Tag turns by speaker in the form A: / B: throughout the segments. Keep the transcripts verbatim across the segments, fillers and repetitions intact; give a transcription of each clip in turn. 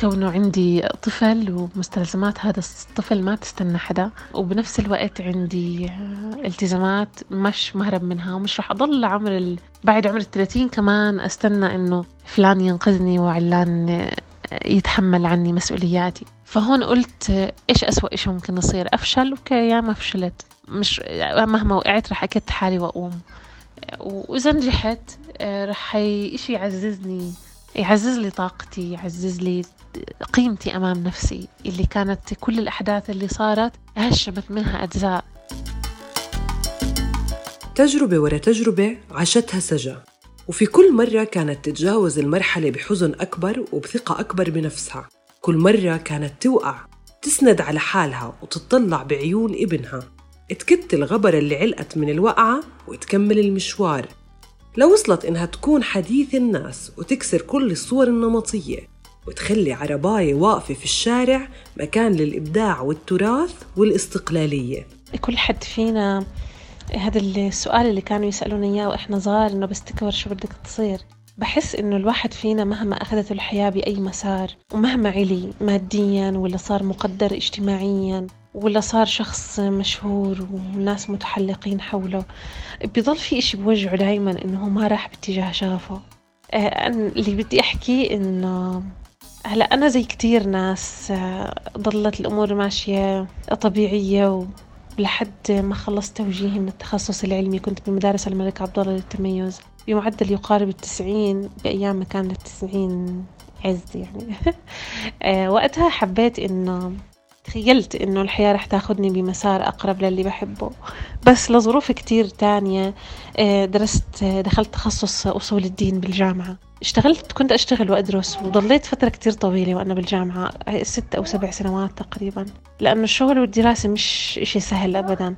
A: كونه عندي طفل ومستلزمات هذا الطفل ما تستنى حدا، وبنفس الوقت عندي التزامات مش مهرب منها، ومش رح أضل عمر ال... بعد عمر الثلاثين كمان أستنى إنه فلان ينقذني وعلان يتحمل عني مسؤولياتي. فهون قلت إيش أسوأ إيش ممكن يصير؟ أفشل، أوكي يا ما فشلت، مش مهما وقعت رح أكد حالي وأقوم، وإذا نجحت رح إشي يعززني، يعزز لي طاقتي، يعزز لي قيمتي أمام نفسي، اللي كانت كل الأحداث اللي صارت هشمت منها أجزاء.
B: تجربة ورا تجربة عاشتها سجا، وفي كل مرة كانت تتجاوز المرحلة بحزن أكبر وبثقة أكبر بنفسها. كل مرة كانت توقع تسند على حالها وتطلع بعيون ابنها، تكت الغبرة اللي علقت من الوقعة وتكمل المشوار، لو وصلت إنها تكون حديث الناس وتكسر كل الصور النمطية وتخلي عرباية واقفة في الشارع مكان للإبداع والتراث والاستقلالية.
A: كل حد فينا هذا السؤال اللي كانوا يسألون إياه وإحنا صغار، إنه بس تكبر شو بدك تصير. بحس إنه الواحد فينا مهما أخذته الحياة بأي مسار، ومهما علي مادياً ولا صار مقدر اجتماعياً ولا صار شخص مشهور والناس متحلقين حوله، بيضل في إشي بوجعه دايماً إنه ما راح باتجاه شغفه. آه اللي بدي أحكي إنه هلأ أنا زي كتير ناس آه ضلت الأمور ماشية طبيعية، ولحد ما خلصت توجيهي من التخصص العلمي كنت بمدارس الملك عبدالله للتميز بمعدل يقارب التسعين، بأيام ما كانت التسعين عز يعني. آه وقتها حبيت إنه تخيلت إنه الحياة رح تاخدني بمسار أقرب للي بحبه، بس لظروف كتير تانية درست دخلت تخصص أصول الدين بالجامعة. اشتغلت كنت أشتغل وأدرس، وضليت فترة كتير طويلة وأنا بالجامعة، ست أو سبع سنوات تقريبا، لأنه الشغل والدراسة مش إشي سهل أبدا.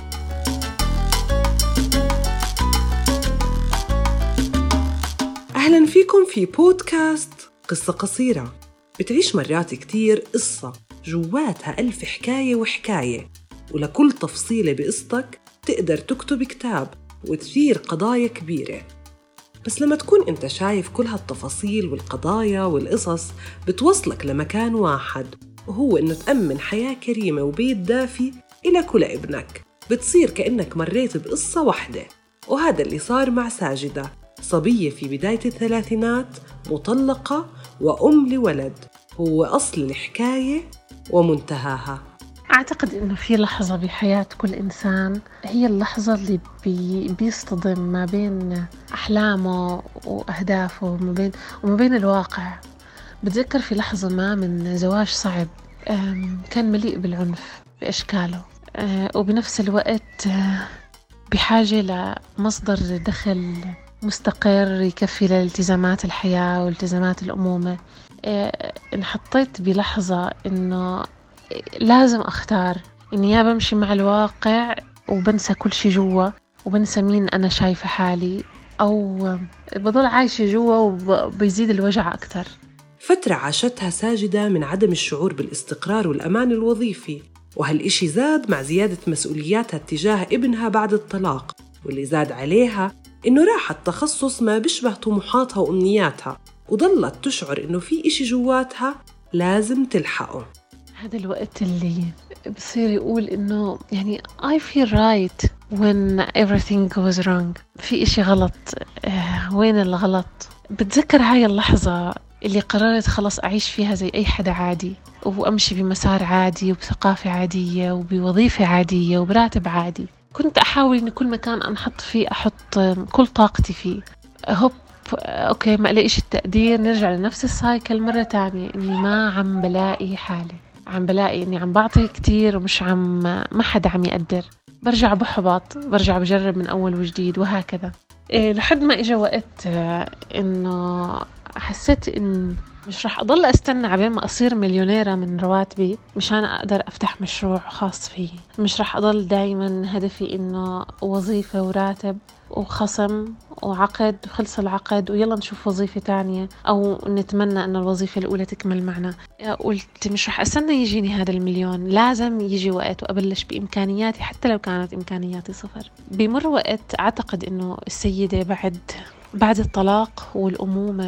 B: أهلا فيكم في بودكاست قصة قصيرة، بتعيش مرات كتير قصة جواتها ألف حكاية وحكاية، ولكل تفصيلة بقصتك تقدر تكتب كتاب وتثير قضايا كبيرة. بس لما تكون أنت شايف كل هالتفاصيل والقضايا والقصص بتوصلك لمكان واحد، وهو إنه تأمن حياة كريمة وبيت دافي إلك ولابنك، بتصير كأنك مريت بقصة واحدة. وهذا اللي صار مع ساجدة، صبية في بداية الثلاثينات، مطلقة وأم لولد، هو أصل الحكاية ومنتهاها.
A: أعتقد إنه في لحظة بحياة كل إنسان هي اللحظة اللي بي بيصطدم ما بين أحلامه وأهدافه وما بين وما بين الواقع. بتذكر في لحظة ما من زواج صعب كان مليء بالعنف بأشكاله، وبنفس الوقت بحاجة لمصدر دخل مستقر يكفي لالتزامات الحياة والتزامات الأمومة. انحطيت بلحظة إنه لازم أختار إني يا بمشي مع الواقع وبنسى كل شي جوا وبنسى مين أنا شايفة حالي، أو بضل عايشة جوا وبيزيد الوجع أكتر.
B: فترة عاشتها ساجدة من عدم الشعور بالاستقرار والأمان الوظيفي، وهالإشي زاد مع زيادة مسؤولياتها اتجاه ابنها بعد الطلاق، واللي زاد عليها إنه راحت تخصص ما بيشبه طموحاتها وأمنياتها، وضلت تشعر إنه في إشي جواتها لازم تلحقه.
A: هذا الوقت اللي بصير يقول إنه يعني I feel right when everything goes wrong، في إشي غلط، آه وين الغلط؟ بتذكر هاي اللحظة اللي قررت خلاص أعيش فيها زي أي حدا عادي، وأمشي بمسار عادي وبثقافة عادية وبوظيفة عادية وبراتب عادي. كنت أحاول إن كل مكان أنحط فيه أحط كل طاقتي فيه. هوب أوكي ما ألاقيش التقدير، نرجع لنفس السايكل مرة تانية، إني ما عم بلاقي حالي، عم بلاقي إني عم بعطي كتير ومش عم ما حدا عم يقدر، برجع بحبط، برجع بجرب من أول وجديد، وهكذا. إيه لحد ما إجا وقت إنه حسيت إن مش رح أضل أستنى عبين ما أصير مليونيرة من رواتبي مشان أقدر أفتح مشروع خاص فيه. مش رح أضل دايما هدفي إنه وظيفة وراتب وخصم وعقد وخلص العقد ويلا نشوف وظيفة تانية، أو نتمنى أن الوظيفة الأولى تكمل معنا. قلت مش رح أستنى يجيني هذا المليون، لازم يجي وقت وأبلش بإمكانياتي حتى لو كانت إمكانياتي صفر. بمر وقت أعتقد إنه السيدة بعد بعد الطلاق والأمومة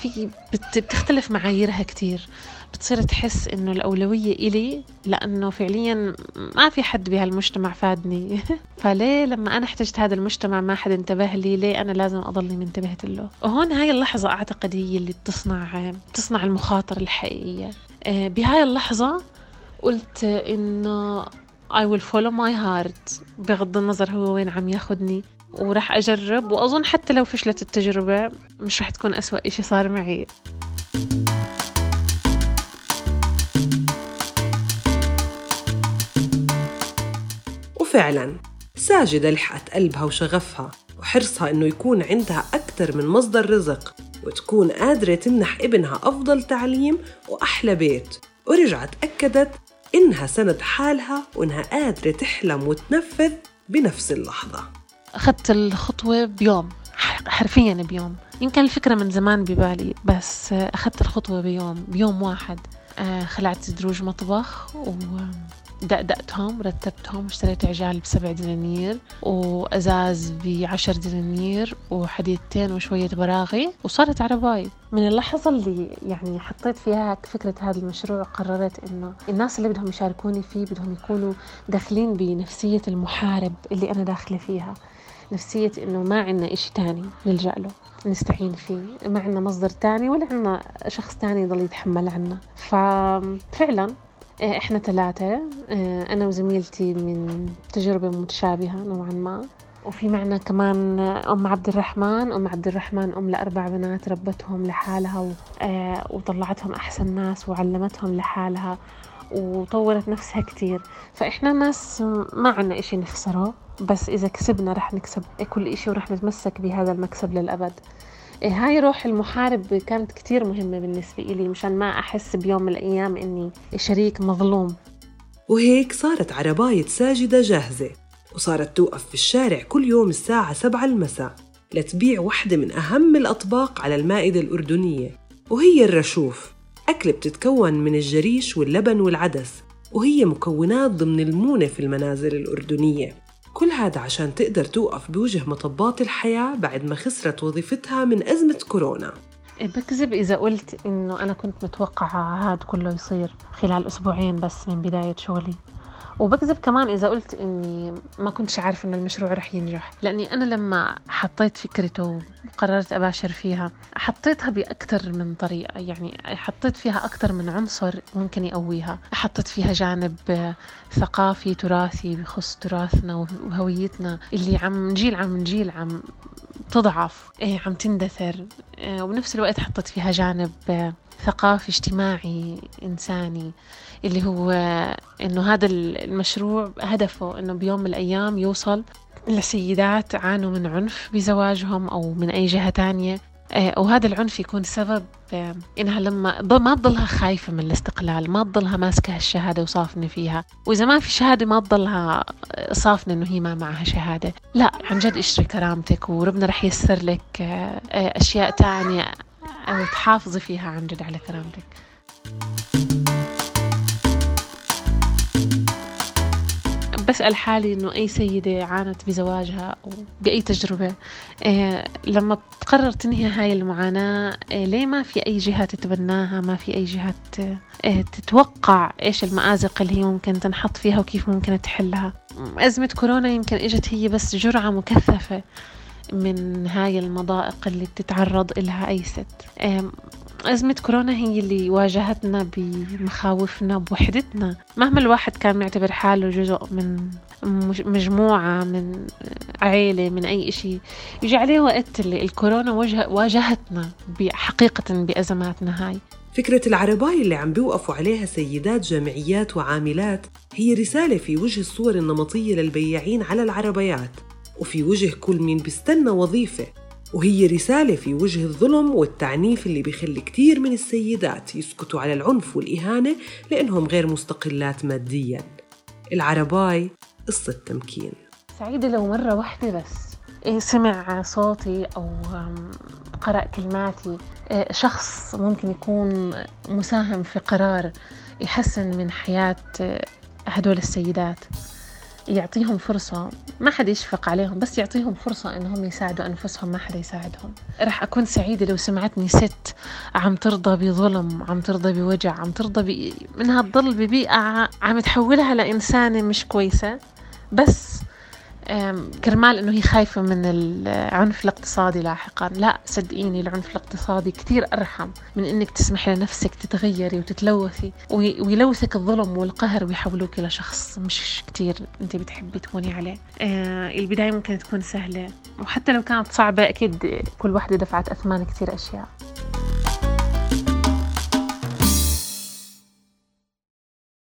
A: في بت- بتختلف معاييرها كتير. بتصير تحس إنه الأولوية إلي لأنه فعليا ما في حد بهالمجتمع فادني. فليه لما أنا احتجت هذا المجتمع ما حد انتبه لي، ليه أنا لازم أضلني منتبهت له؟ وهون هاي اللحظة أعتقد هي اللي بتصنع بتصنع المخاطرة الحقيقية. آه، بهاي اللحظة قلت إنه I will follow my heart بغض النظر هو وين عم ياخدني، وراح أجرب، وأظن حتى لو فشلت التجربة مش راح تكون أسوأ إشي صار معي.
B: وفعلا ساجدة لحقت قلبها وشغفها وحرصها إنه يكون عندها أكتر من مصدر رزق، وتكون قادرة تمنح ابنها أفضل تعليم وأحلى بيت، ورجعت أكدت إنها سند حالها وإنها قادرة تحلم وتنفذ بنفس اللحظة.
A: أخذت الخطوة بيوم، حرفياً بيوم. يمكن الفكرة من زمان ببالي، بس أخذت الخطوة بيوم بيوم واحد. خلعت دروج مطبخ ودقدقتهم، رتبتهم، اشتريت عجال بسبع دنانير وأزاز بعشر دنانير وحديدتين وشوية براغي، وصارت عرباي. من اللحظة اللي يعني حطيت فيها فكرة هذا المشروع قررت إنه الناس اللي بدهم يشاركوني فيه بدهم يكونوا داخلين بنفسية المحارب اللي أنا داخلة فيها، نفسية إنه ما عنا إشي تاني نلجأ له نستعين فيه، ما عنا مصدر تاني ولا عنا شخص تاني يضل يتحمل عنا. ففعلا إحنا ثلاثة، أنا وزميلتي من تجربة متشابهة نوعا ما، وفي معنا كمان أم عبد الرحمن. أم عبد الرحمن أم لأربع بنات ربتهم لحالها وطلعتهم أحسن ناس وعلمتهم لحالها وطورت نفسها كتير. فإحنا ناس ما عنا إشي نخسره، بس إذا كسبنا رح نكسب كل إشي ورح نتمسك بهذا المكسب للأبد. هاي روح المحارب كانت كتير مهمة بالنسبة إلي، مشان ما أحس بيوم من الأيام إني شريك مظلوم.
B: وهيك صارت عرباية ساجدة جاهزة، وصارت توقف في الشارع كل يوم الساعة سبعة المساء لتبيع واحدة من أهم الأطباق على المائدة الأردنية، وهي الرشوف. أكلة بتتكون من الجريش واللبن والعدس، وهي مكونات ضمن المونة في المنازل الأردنية. كل هذا عشان تقدر توقف بوجه مطبات الحياة بعد ما خسرت وظيفتها من أزمة كورونا.
A: بكذب إذا قلت إنه أنا كنت متوقعة هذا كله يصير خلال أسبوعين بس من بداية شغلي، وبكذب كمان إذا قلت إني ما كنتش عارف إن المشروع رح ينجح، لأني أنا لما حطيت فكرته وقررت أباشر فيها حطيتها بأكثر من طريقة، يعني حطيت فيها أكثر من عنصر ممكن يقويها. حطيت فيها جانب ثقافي تراثي بخص تراثنا وهويتنا اللي عم جيل عم جيل عم تضعف، إيه عم تندثر، إيه وبنفس الوقت حطيت فيها جانب ثقافي اجتماعي إنساني اللي هو إنه هذا المشروع هدفه إنه بيوم من الأيام يوصل لسيدات عانوا من عنف بزواجهم أو من أي جهة تانية، وهذا العنف يكون سبب إنها لما ما تضلها خايفة من الاستقلال، ما تضلها ماسكة الشهادة وصافنة فيها، وإذا ما في شهادة ما تضلها صافنة إنه هي ما معها شهادة. لا، عن جد اشتري كرامتك وربنا رح يسر لك أشياء تانية أو تحافظي فيها عن جد على كرامتك. بسأل حالي إنه أي سيدة عانت بزواجها أو بأي تجربة إيه لما تقرر تنهي هاي المعاناة، إيه ليه ما في أي جهة تتبناها، ما في أي جهة إيه تتوقع إيش المآزق اللي هي ممكن تنحط فيها وكيف ممكن تحلها. أزمة كورونا يمكن إجت هي بس جرعة مكثفة من هاي المضائق اللي بتتعرض إلها أي ست. إيه أزمة كورونا هي اللي واجهتنا بمخاوفنا بوحدتنا، مهما الواحد كان معتبر حاله جزء من مجموعة من عائلة من أي إشي، يجي عليه وقت اللي الكورونا واجهتنا بحقيقة بأزماتنا هاي.
B: فكرة العرباية اللي عم بيوقفوا عليها سيدات جامعيات وعاملات هي رسالة في وجه الصور النمطية للبياعين على العربيات، وفي وجه كل مين بيستنى وظيفة، وهي رسالة في وجه الظلم والتعنيف اللي بيخلي كتير من السيدات يسكتوا على العنف والإهانة لأنهم غير مستقلات مادياً. العرباي قصة تمكين.
A: سعيدة لو مرة واحدة بس سمع صوتي أو قرأ كلماتي شخص ممكن يكون مساهم في قرار يحسن من حياة هدول السيدات. يعطيهم فرصة، ما حدا يشفق عليهم، بس يعطيهم فرصة إنهم يساعدوا أنفسهم، ما حدا يساعدهم. رح أكون سعيدة لو سمعتني ست عم ترضى بظلم، عم ترضى بوجع، عم ترضى ب... منها تضل ببيئة عم تحولها لإنسانة مش كويسة، بس كرمال إنه هي خايفة من العنف الاقتصادي لاحقا. لا صدقيني، العنف الاقتصادي كتير أرحم من إنك تسمح لنفسك تتغيري وتتلوثي ويلوثك الظلم والقهر ويحولوك إلى شخص مش كتير أنت بتحبي تكوني عليه. آه البداية ممكن تكون سهلة، وحتى لو كانت صعبة أكيد كل واحدة دفعت أثمان كتير أشياء.